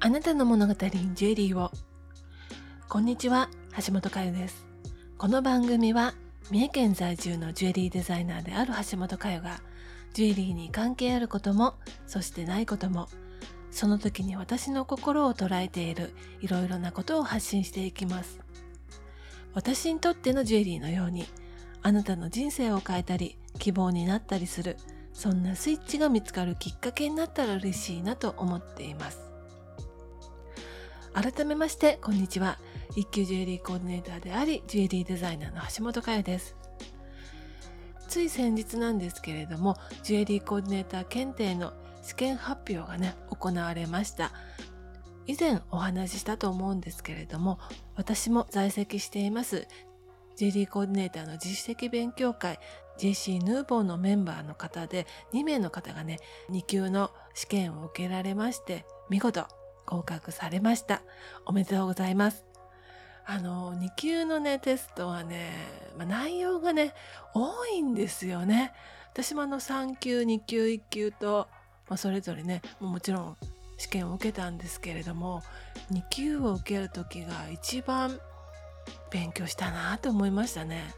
あなたの物語ジュエリーを。こんにちは、橋本佳代です。この番組は三重県在住のジュエリーデザイナーである橋本佳代がジュエリーに関係あることもそしてないことも、その時に私の心を捉えているいろいろなことを発信していきます。私にとってのジュエリーのように、あなたの人生を変えたり希望になったりする、そんなスイッチが見つかるきっかけになったら嬉しいなと思っています。改めましてこんにちは。一級ジュエリーコーディネーターでありジュエリーデザイナーの橋本佳代です。つい先日なんですけれども、ジュエリーコーディネーター検定の試験発表がね行われました。以前お話ししたと思うんですけれども、私も在籍していますジュエリーコーディネーターの実績勉強会 JC ヌーボーのメンバーの方で2名の方がね2級の試験を受けられまして、見事合格されました。おめでとうございます。2級のねテストはね、内容がね多いんですよね。私も3級2級1級と、それぞれねもちろん試験を受けたんですけれども、2級を受ける時が一番勉強したなと思いましたね。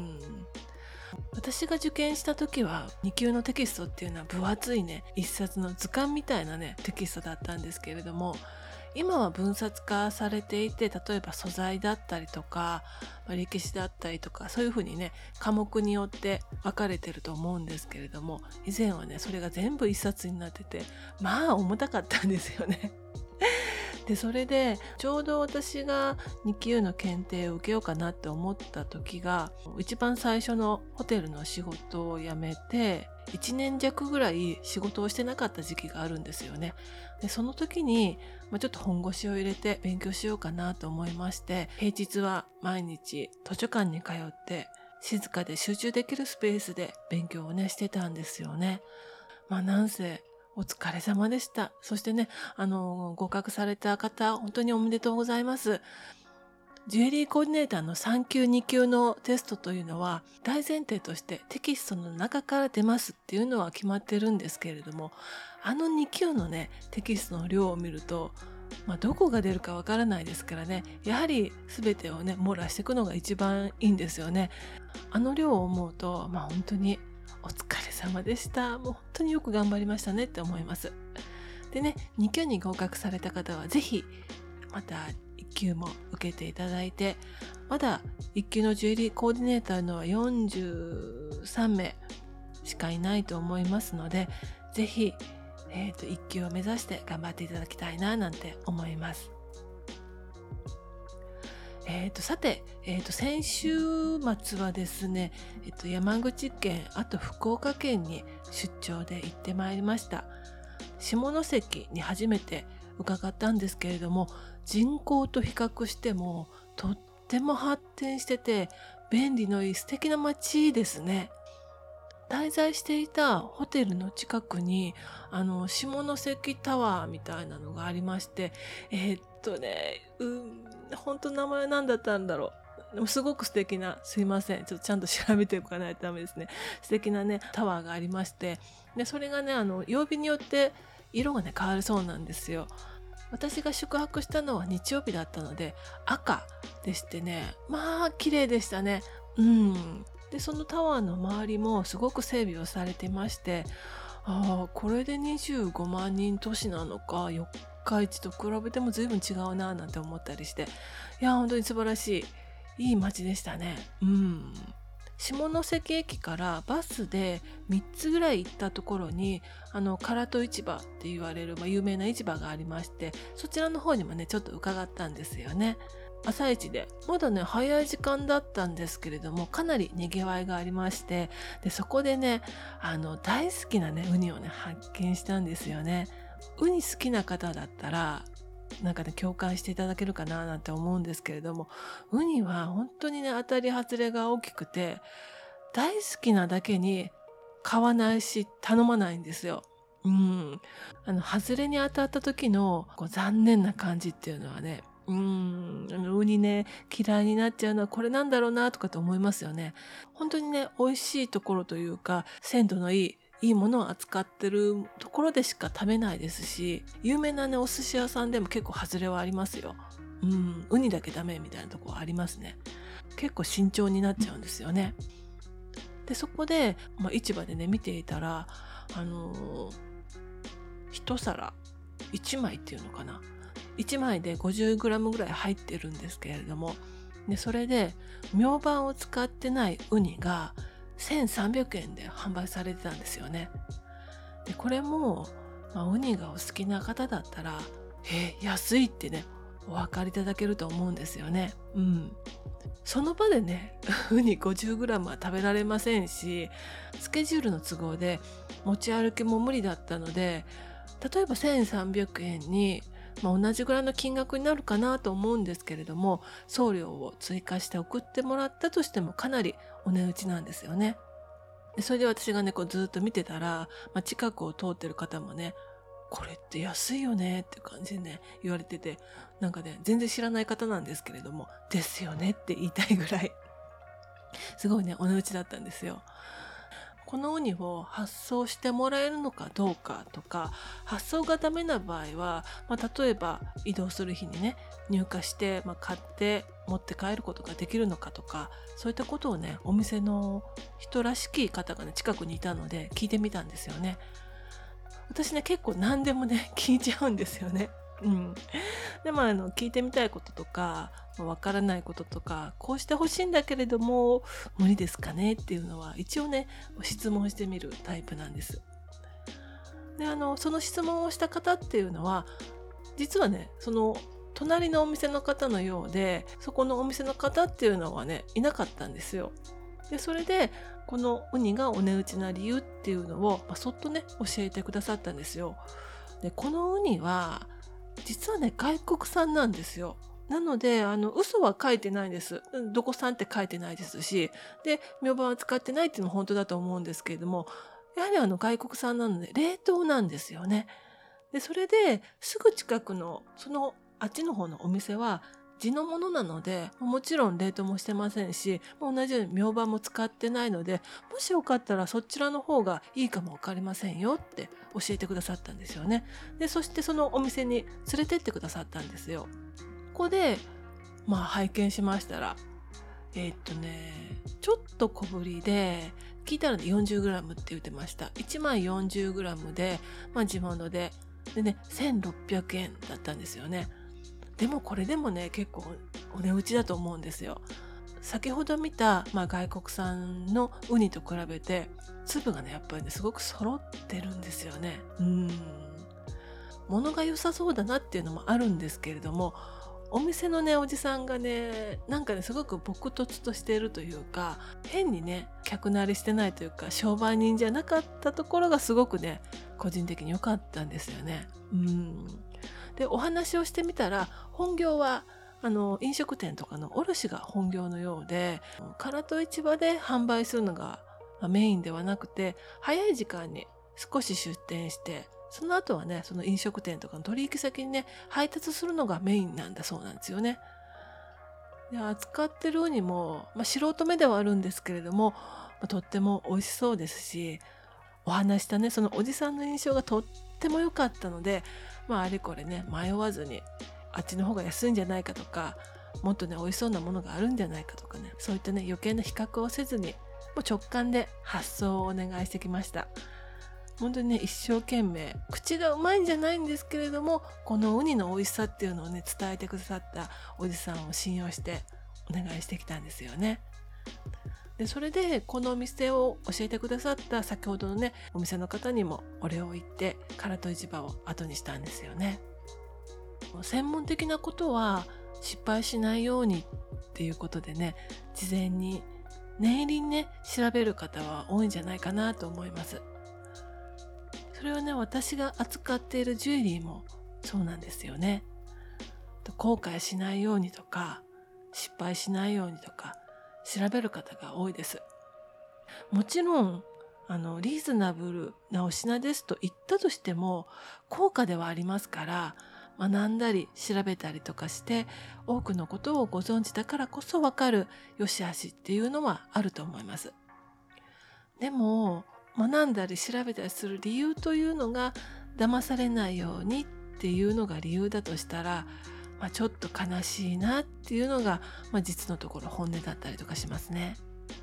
私が受験した時は2級のテキストっていうのは分厚いね一冊の図鑑みたいなねテキストだったんですけれども、今は分冊化されていて、例えば素材だったりとか、歴史だったりとか、そういうふうにね科目によって分かれてると思うんですけれども、以前はねそれが全部一冊になってて、重たかったんですよね。でそれでちょうど私が2級の検定を受けようかなって思った時が、一番最初のホテルの仕事を辞めて1年弱ぐらい仕事をしてなかった時期があるんですよね。でその時に、ちょっと本腰を入れて勉強しようかなと思いまして、平日は毎日図書館に通って静かで集中できるスペースで勉強をねしてたんですよね。なんせお疲れ様でした。そしてね、合格された方、本当におめでとうございます。ジュエリーコーディネーターの3級2級のテストというのは、大前提としてテキストの中から出ますっていうのは決まってるんですけれども、2級のね、テキストの量を見ると、どこが出るかわからないですからね、やはり全てをね、網羅していくのが一番いいんですよね。量を思うと、本当にお疲れ様でした。もう本当によく頑張りましたねって思います。でね、2級に合格された方はぜひまた1級も受けていただいて、まだ1級のジュエリーコーディネーターのは43名しかいないと思いますので、ぜひ、1級を目指して頑張っていただきたいななんて思います。さて、先週末はですね、山口県、あと福岡県に出張で行ってまいりました。下関に初めて伺ったんですけれども、人口と比較してもとっても発展してて便利のいい素敵な街ですね。滞在していたホテルの近くに下関タワーみたいなのがありまして、本当名前なんだったんだろう。でもすごく素敵な、すいません、ちょっとちゃんと調べておかないとダメですね。素敵なねタワーがありまして、でそれがね曜日によって色がね変わるそうなんですよ。私が宿泊したのは日曜日だったので赤でしてね、綺麗でしたね。でそのタワーの周りもすごく整備をされてまして、これで25万人都市なのか、四日市と比べても随分違うななんて思ったりして、本当に素晴らしいいい街でしたね。下関駅からバスで3つぐらい行ったところに唐戸市場って言われる、有名な市場がありまして、そちらの方にもねちょっと伺ったんですよね。朝一でまだね早い時間だったんですけれども、かなり賑わいがありまして、でそこでね大好きなねウニをね発見したんですよね。ウニ好きな方だったら共感していただけるかななんて思うんですけれども、ウニは本当にね当たり外れが大きくて、大好きなだけに買わないし頼まないんですよ。外れに当たった時の残念な感じっていうのはね、ウニね嫌いになっちゃうのはこれなんだろうなとかと思いますよね。本当にね美味しいところというか鮮度のいいいいものを扱ってるところでしか食べないですし、有名なねお寿司屋さんでも結構外れはありますよ。ウニだけダメみたいなところありますね。結構慎重になっちゃうんですよね。でそこで、市場でね見ていたら一皿1枚っていうのかな、1枚で 50g ぐらい入ってるんですけれども、でそれで明板を使ってないウニが1300円で販売されてたんですよね。でこれも、ウニがお好きな方だったら安いってねお分かりいただけると思うんですよね。その場でねウニ 50g は食べられませんし、スケジュールの都合で持ち歩きも無理だったので、例えば1300円に、同じぐらいの金額になるかなと思うんですけれども、送料を追加して送ってもらったとしてもかなりお値打ちなんですよね。でそれで私がねこうずっと見てたら、近くを通ってる方もね、これって安いよねっていう感じでね言われてて、なんかね全然知らない方なんですけれども、ですよねって言いたいぐらいすごいねお値打ちだったんですよ。このウニを発送してもらえるのかどうかとか、発送がダメな場合は、例えば移動する日にね入荷して、買って持って帰ることができるのかとか、そういったことをねお店の人らしき方がね近くにいたので聞いてみたんですよね。私ね結構何でもね聞いちゃうんですよね。で聞いてみたいこととかわからないこととか、こうしてほしいんだけれども無理ですかねっていうのは一応ね質問してみるタイプなんです。でその質問をした方っていうのは実はねその隣のお店の方のようで、そこのお店の方っていうのはねいなかったんですよ。でそれでこのウニがお値打ちな理由っていうのを、そっとね教えてくださったんですよ。でこのウニは実はね外国産なんですよ。なので嘘は書いてないんです。どこ産って書いてないですし、で明板は使ってないっていうのも本当だと思うんですけれども、やはり外国産なので冷凍なんですよね。でそれですぐ近くのそのあっちの方のお店は地のものなので、もちろん冷凍もしてませんし、同じように明板も使ってないので、もしよかったらそちらの方がいいかもわかりませんよって教えてくださったんですよね。でそしてそのお店に連れてってくださったんですよ。ここで拝見しましたら、ちょっと小ぶりで、聞いたら 40g って言ってました。1枚 40g で、地物でね1600円だったんですよね。でもこれでもね結構お値打ちだと思うんですよ。先ほど見た、外国産のウニと比べて粒がねやっぱりねすごく揃ってるんですよね。物が良さそうだなっていうのもあるんですけれども、お店のねおじさんがねなんかねすごく朴訥としているというか、変にね客慣れしてないというか商売人じゃなかったところがすごくね個人的に良かったんですよね。でお話をしてみたら、本業は飲食店とかの卸が本業のようで、唐戸市場で販売するのがメインではなくて、早い時間に少し出店して、その後はねその飲食店とかの取引先にね配達するのがメインなんだそうなんですよね。で扱ってるウニも、素人目ではあるんですけれども、とっても美味しそうですし、お話したねそのおじさんの印象がとっても良かったので、あれこれね迷わずにあっちの方が安いんじゃないかとか、もっとね美味しそうなものがあるんじゃないかとかね、そういったね余計な比較をせずにもう直感で発送をお願いしてきました。本当にね一生懸命、口がうまいんじゃないんですけれども、このウニの美味しさっていうのをね伝えてくださったおじさんを信用してお願いしてきたんですよね。でそれでこのお店を教えてくださった先ほどのねお店の方にもお礼を言って唐戸市場を後にしたんですよね。専門的なことは失敗しないようにっていうことでね、事前に念入りにね調べる方は多いんじゃないかなと思います。それはね私が扱っているジュエリーもそうなんですよね。後悔しないようにとか失敗しないようにとか調べる方が多いです。もちろんリーズナブルなお品ですと言ったとしても高価ではありますから、学んだり調べたりとかして多くのことをご存知だからこそ分かる良し悪しっていうのはあると思います。でも学んだり調べたりする理由というのが騙されないようにっていうのが理由だとしたら、ちょっと悲しいなっていうのが、実のところ本音だったりとかしますね。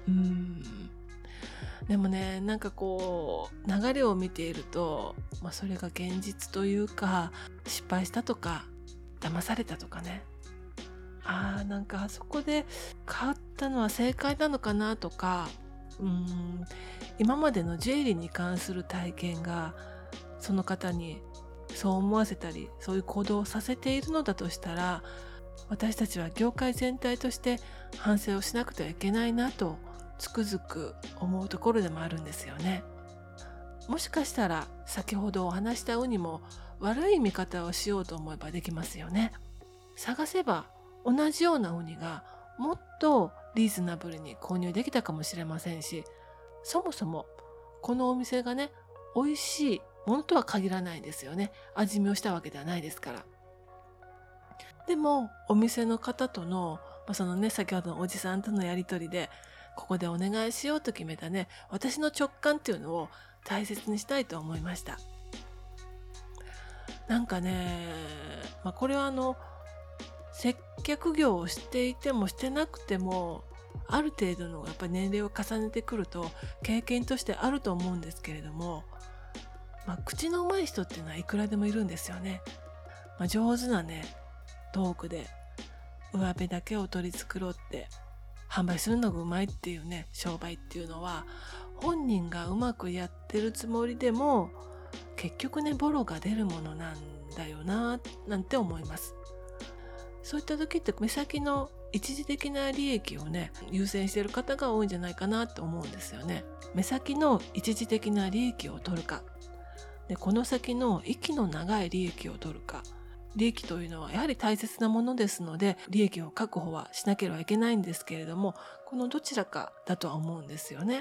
でもね、なんかこう流れを見ていると、それが現実というか、失敗したとか騙されたとかね、なんかあそこで買ったのは正解なのかなとか、今までのジュエリーに関する体験がその方にそう思わせたり、そういう行動をさせているのだとしたら、私たちは業界全体として反省をしなくてはいけないなとつくづく思うところでもあるんですよね。もしかしたら先ほどお話したウニも悪い見方をしようと思えばできますよね。探せば同じようなウニがもっとリーズナブルに購入できたかもしれませんし、そもそもこのお店がね、美味しいものとは限らないですよね。味見をしたわけではないですから。でもお店の方との、そのね、先ほどのおじさんとのやり取りで、ここでお願いしようと決めたね、私の直感っていうのを大切にしたいと思いました。なんかね、これは接客業をしていてもしてなくても、ある程度のやっぱり年齢を重ねてくると経験としてあると思うんですけれども、口の上手い人っていうのはいくらでもいるんですよね。上手なね、トークで上辺だけを取り繕って販売するのがうまいっていうね、商売っていうのは本人がうまくやってるつもりでも結局ね、ボロが出るものなんだよななんて思います。そういった時って目先の一時的な利益をね、優先している方が多いんじゃないかなと思うんですよね。目先の一時的な利益を取るか、でこの先の息の長い利益を取るか。利益というのはやはり大切なものですので、利益を確保はしなければいけないんですけれども、このどちらかだとは思うんですよね。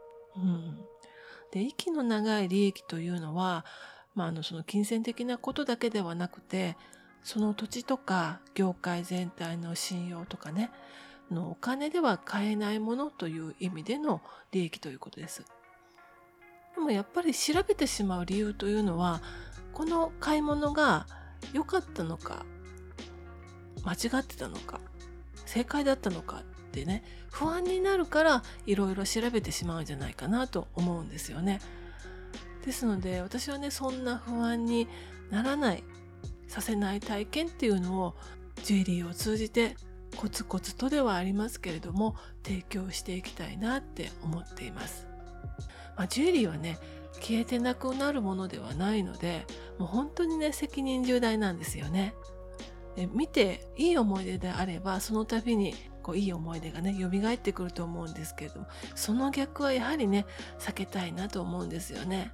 で、息の長い利益というのは、その金銭的なことだけではなくて、その土地とか業界全体の信用とかね、お金では買えないものという意味での利益ということです。でもやっぱり調べてしまう理由というのは、この買い物が良かったのか、間違ってたのか、正解だったのかってね、不安になるからいろいろ調べてしまうんじゃないかなと思うんですよね。ですので私はね、そんな不安にならない、させない体験っていうのをジュエリーを通じてコツコツとではありますけれども提供していきたいなって思っています。ジュエリーはね、消えてなくなるものではないので、もう本当にね、責任重大なんですよね。で、見ていい思い出であればその度にいい思い出がね、蘇ってくると思うんですけれども、その逆はやはりね、避けたいなと思うんですよね。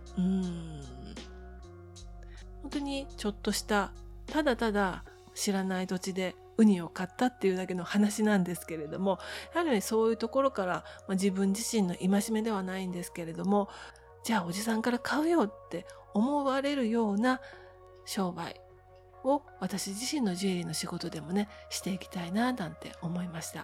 本当にちょっとしたただただ知らない土地でウニを買ったっていうだけの話なんですけれども、やはり、そういうところから、自分自身の戒めではないんですけれども、じゃあおじさんから買うよって思われるような商売を私自身のジュエリーの仕事でもね、していきたいななんて思いました。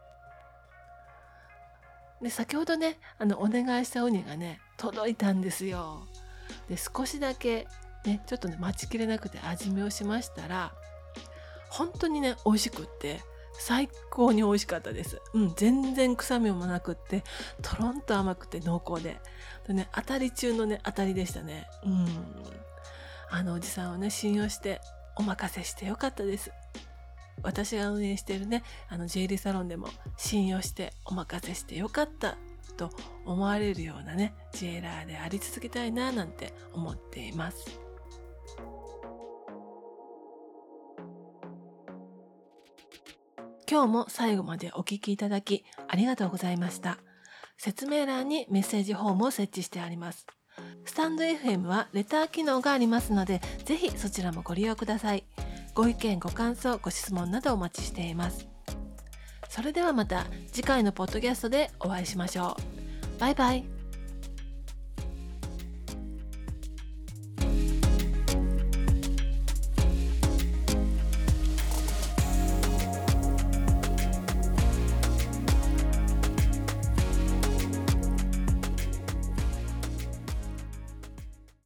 で、先ほどね、お願いしたウニがね、届いたんですよ。で、少しだけね、ちょっとね、待ちきれなくて味見をしましたら、本当にね、美味しくって、最高に美味しかったです。全然臭みもなくって、とろんと甘くて濃厚で。でね、当たり中のね、当たりでしたね。おじさんをね、信用してお任せしてよかったです。私が運営しているね、ジュエリーサロンでも信用してお任せしてよかったと思われるようなね、ジュエラーであり続けたいななんて思っています。今日も最後までお聞きいただきありがとうございました。説明欄にメッセージフォームを設置してあります。スタンド FM はレター機能がありますので、ぜひそちらもご利用ください。ご意見、ご感想、ご質問などお待ちしています。それではまた次回のポッドキャストでお会いしましょう。バイバイ。